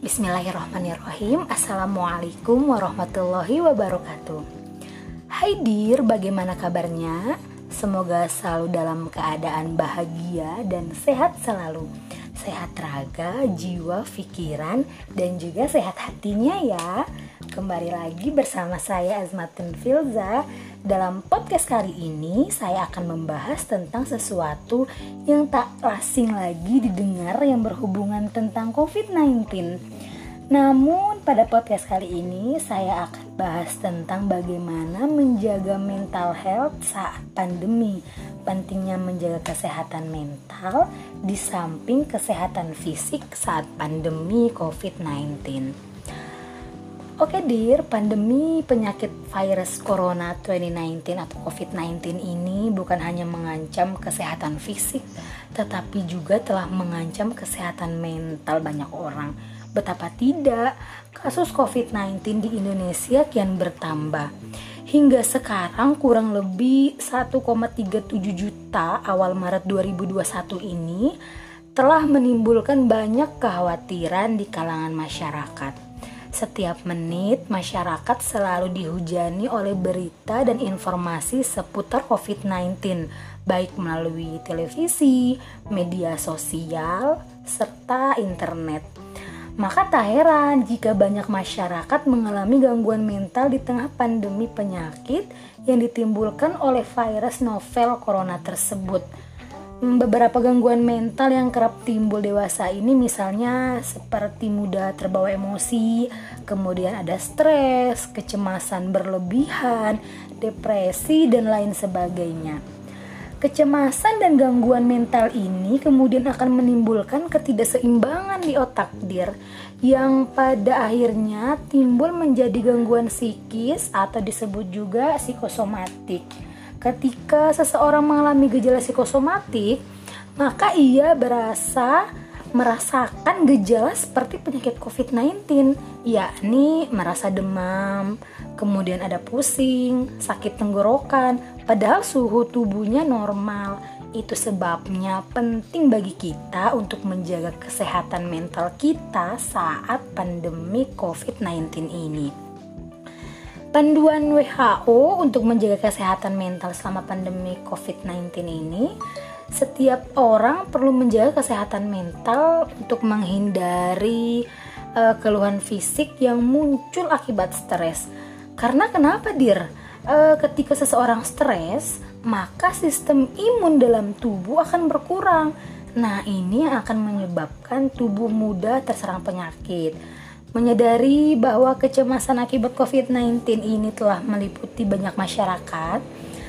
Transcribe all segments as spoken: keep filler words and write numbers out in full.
Bismillahirrahmanirrahim. Assalamualaikum warahmatullahi wabarakatuh. Hai Dir, bagaimana kabarnya? Semoga selalu dalam keadaan bahagia dan sehat selalu. Sehat raga, jiwa, pikiran, dan juga sehat hatinya ya. Kembali lagi bersama saya Azmatun Filza. Dalam podcast kali ini saya akan membahas tentang sesuatu yang tak asing lagi didengar yang berhubungan tentang covid sembilan belas. Namun pada podcast kali ini saya akan bahas tentang bagaimana menjaga mental health saat pandemi. Pentingnya menjaga kesehatan mental di samping kesehatan fisik saat pandemi covid sembilan belas. Oke Dir, pandemi penyakit virus corona dua ribu sembilan belas atau covid sembilan belas ini bukan hanya mengancam kesehatan fisik, tetapi juga telah mengancam kesehatan mental banyak orang. Betapa tidak, kasus covid sembilan belas di Indonesia kian bertambah. Hingga sekarang kurang lebih satu koma tiga tujuh juta awal Maret dua ribu dua puluh satu ini telah menimbulkan banyak kekhawatiran di kalangan masyarakat. Setiap menit masyarakat selalu dihujani oleh berita dan informasi seputar covid sembilan belas, baik melalui televisi, media sosial, serta internet. Maka tak heran jika banyak masyarakat mengalami gangguan mental di tengah pandemi penyakit yang ditimbulkan oleh virus novel corona tersebut. Beberapa gangguan mental yang kerap timbul dewasa ini misalnya seperti mudah terbawa emosi, kemudian ada stres, kecemasan berlebihan, depresi, dan lain sebagainya. Kecemasan dan gangguan mental ini kemudian akan menimbulkan ketidakseimbangan di otak Dir, yang pada akhirnya timbul menjadi gangguan psikis atau disebut juga psikosomatik. Ketika seseorang mengalami gejala psikosomatik, maka ia berasa merasakan gejala seperti penyakit covid sembilan belas, yakni merasa demam, kemudian ada pusing, sakit tenggorokan, padahal suhu tubuhnya normal. Itu sebabnya penting bagi kita untuk menjaga kesehatan mental kita saat pandemi covid sembilan belas ini. Panduan W H O untuk menjaga kesehatan mental selama pandemi covid sembilan belas ini, setiap orang perlu menjaga kesehatan mental untuk menghindari uh, keluhan fisik yang muncul akibat stres. Karena kenapa Dir? Uh, ketika seseorang stres, maka sistem imun dalam tubuh akan berkurang. Nah, ini akan menyebabkan tubuh mudah terserang penyakit. Menyadari bahwa kecemasan akibat covid sembilan belas ini telah meliputi banyak masyarakat,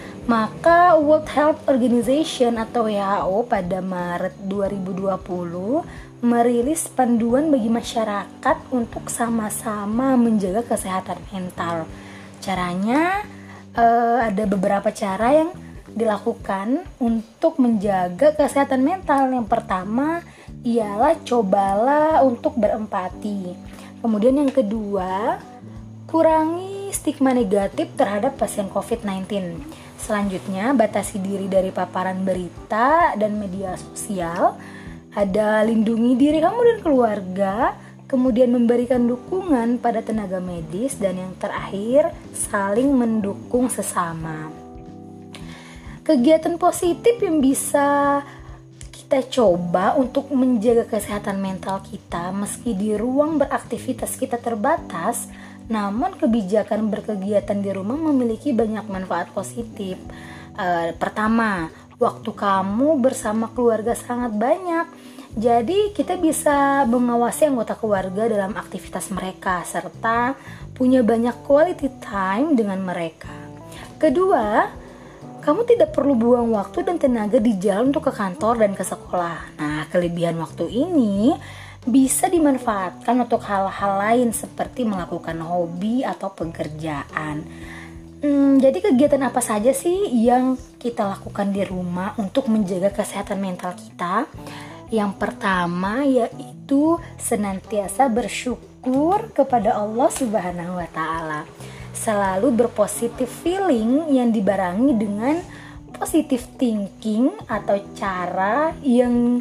maka World Health Organization atau W H O pada Maret dua ribu dua puluh merilis panduan bagi masyarakat untuk sama-sama menjaga kesehatan mental. Caranya eh, ada beberapa cara yang dilakukan untuk menjaga kesehatan mental. Yang pertama ialah cobalah untuk berempati. Kemudian yang kedua, kurangi stigma negatif terhadap pasien covid sembilan belas. Selanjutnya, batasi diri dari paparan berita dan media sosial. Ada lindungi diri kamu dan keluarga, kemudian memberikan dukungan pada tenaga medis, dan yang terakhir, saling mendukung sesama. Kegiatan positif yang bisa kita coba untuk menjaga kesehatan mental kita meski di ruang beraktivitas kita terbatas, namun kebijakan berkegiatan di rumah memiliki banyak manfaat positif. E, pertama, waktu kamu bersama keluarga sangat banyak, jadi kita bisa mengawasi anggota keluarga dalam aktivitas mereka serta punya banyak quality time dengan mereka. Kedua, kamu tidak perlu buang waktu dan tenaga di jalan untuk ke kantor dan ke sekolah. Nah, kelebihan waktu ini bisa dimanfaatkan untuk hal-hal lain seperti melakukan hobi atau pekerjaan. Hmm, jadi kegiatan apa saja sih yang kita lakukan di rumah untuk menjaga kesehatan mental kita? Yang pertama yaitu senantiasa bersyukur kepada Allah Subhanahu wa Ta'ala. Selalu berpositif feeling yang dibarengi dengan positive thinking atau cara yang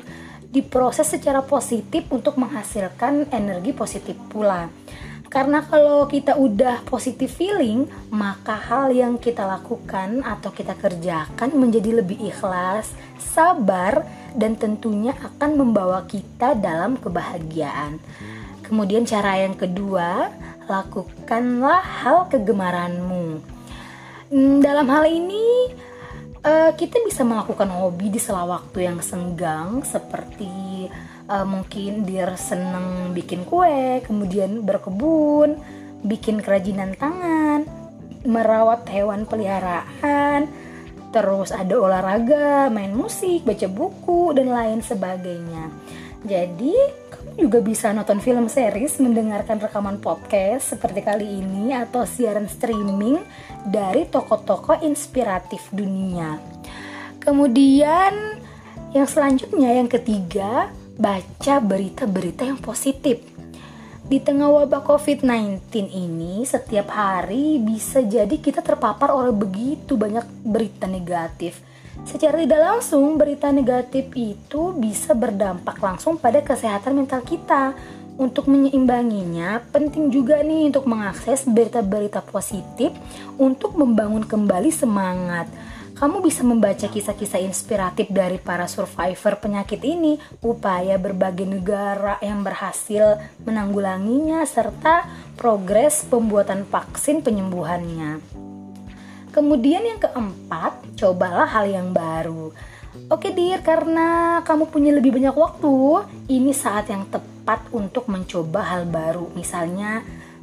diproses secara positif untuk menghasilkan energi positif pula. Karena kalau kita udah positive feeling, maka hal yang kita lakukan atau kita kerjakan menjadi lebih ikhlas, sabar, dan tentunya akan membawa kita dalam kebahagiaan. Kemudian cara yang kedua, lakukanlah hal kegemaranmu. Dalam hal ini, kita bisa melakukan hobi di sela waktu yang senggang, seperti Uh, mungkin dia seneng bikin kue, kemudian berkebun, bikin kerajinan tangan, merawat hewan peliharaan, terus ada olahraga, main musik, baca buku, dan lain sebagainya. Jadi kamu juga bisa nonton film series, mendengarkan rekaman podcast seperti kali ini, atau siaran streaming dari tokoh-tokoh inspiratif dunia. Kemudian yang selanjutnya, yang ketiga, baca berita-berita yang positif. Di tengah wabah covid sembilan belas ini, setiap hari bisa jadi kita terpapar oleh begitu banyak berita negatif. Secara tidak langsung, berita negatif itu bisa berdampak langsung pada kesehatan mental kita. Untuk menyeimbanginya, penting juga nih untuk mengakses berita-berita positif untuk membangun kembali semangat. Kamu bisa membaca kisah-kisah inspiratif dari para survivor penyakit ini, upaya berbagai negara yang berhasil menanggulanginya, serta progres pembuatan vaksin penyembuhannya. Kemudian yang keempat, cobalah hal yang baru. Oke Dir, karena kamu punya lebih banyak waktu, ini saat yang tepat untuk mencoba hal baru. Misalnya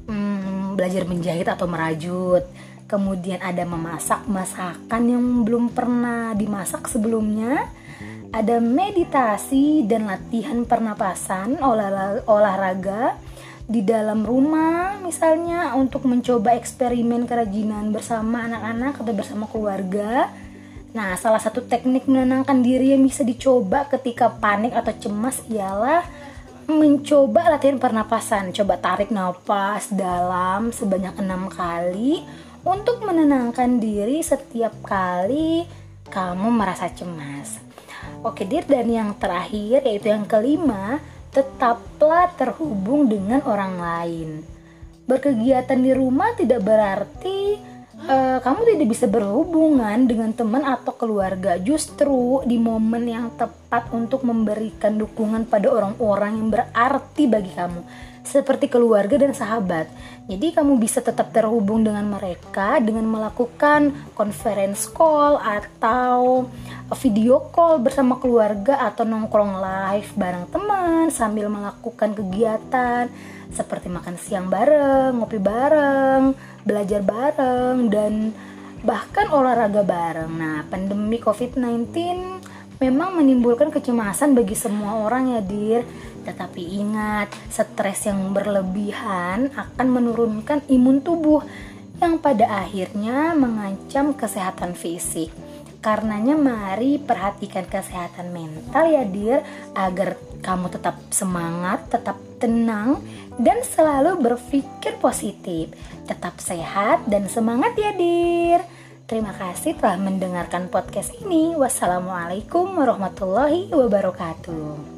hmm, belajar menjahit atau merajut. Kemudian ada memasak masakan yang belum pernah dimasak sebelumnya. Ada meditasi dan latihan pernapasan, olah, olahraga di dalam rumah misalnya, untuk mencoba eksperimen kerajinan bersama anak-anak atau bersama keluarga. Nah, salah satu teknik menenangkan diri yang bisa dicoba ketika panik atau cemas ialah mencoba latihan pernapasan. Coba tarik nafas dalam sebanyak enam kali untuk menenangkan diri setiap kali kamu merasa cemas. Oke Dir, dan yang terakhir yaitu yang kelima, tetaplah terhubung dengan orang lain. Berkegiatan di rumah tidak berarti uh, kamu tidak bisa berhubungan dengan teman atau keluarga. Justru di momen yang tepat untuk memberikan dukungan pada orang-orang yang berarti bagi kamu, seperti keluarga dan sahabat. Jadi kamu bisa tetap terhubung dengan mereka dengan melakukan conference call atau video call bersama keluarga, atau nongkrong live bareng teman sambil melakukan kegiatan seperti makan siang bareng, ngopi bareng, belajar bareng, dan bahkan olahraga bareng. Nah, pandemi covid sembilan belas memang menimbulkan kecemasan bagi semua orang ya Dir. Tetapi ingat, stres yang berlebihan akan menurunkan imun tubuh yang pada akhirnya mengancam kesehatan fisik. Karenanya mari perhatikan kesehatan mental ya Dir, agar kamu tetap semangat, tetap tenang, dan selalu berpikir positif. Tetap sehat dan semangat ya Dir. Terima kasih telah mendengarkan podcast ini. Wassalamualaikum warahmatullahi wabarakatuh.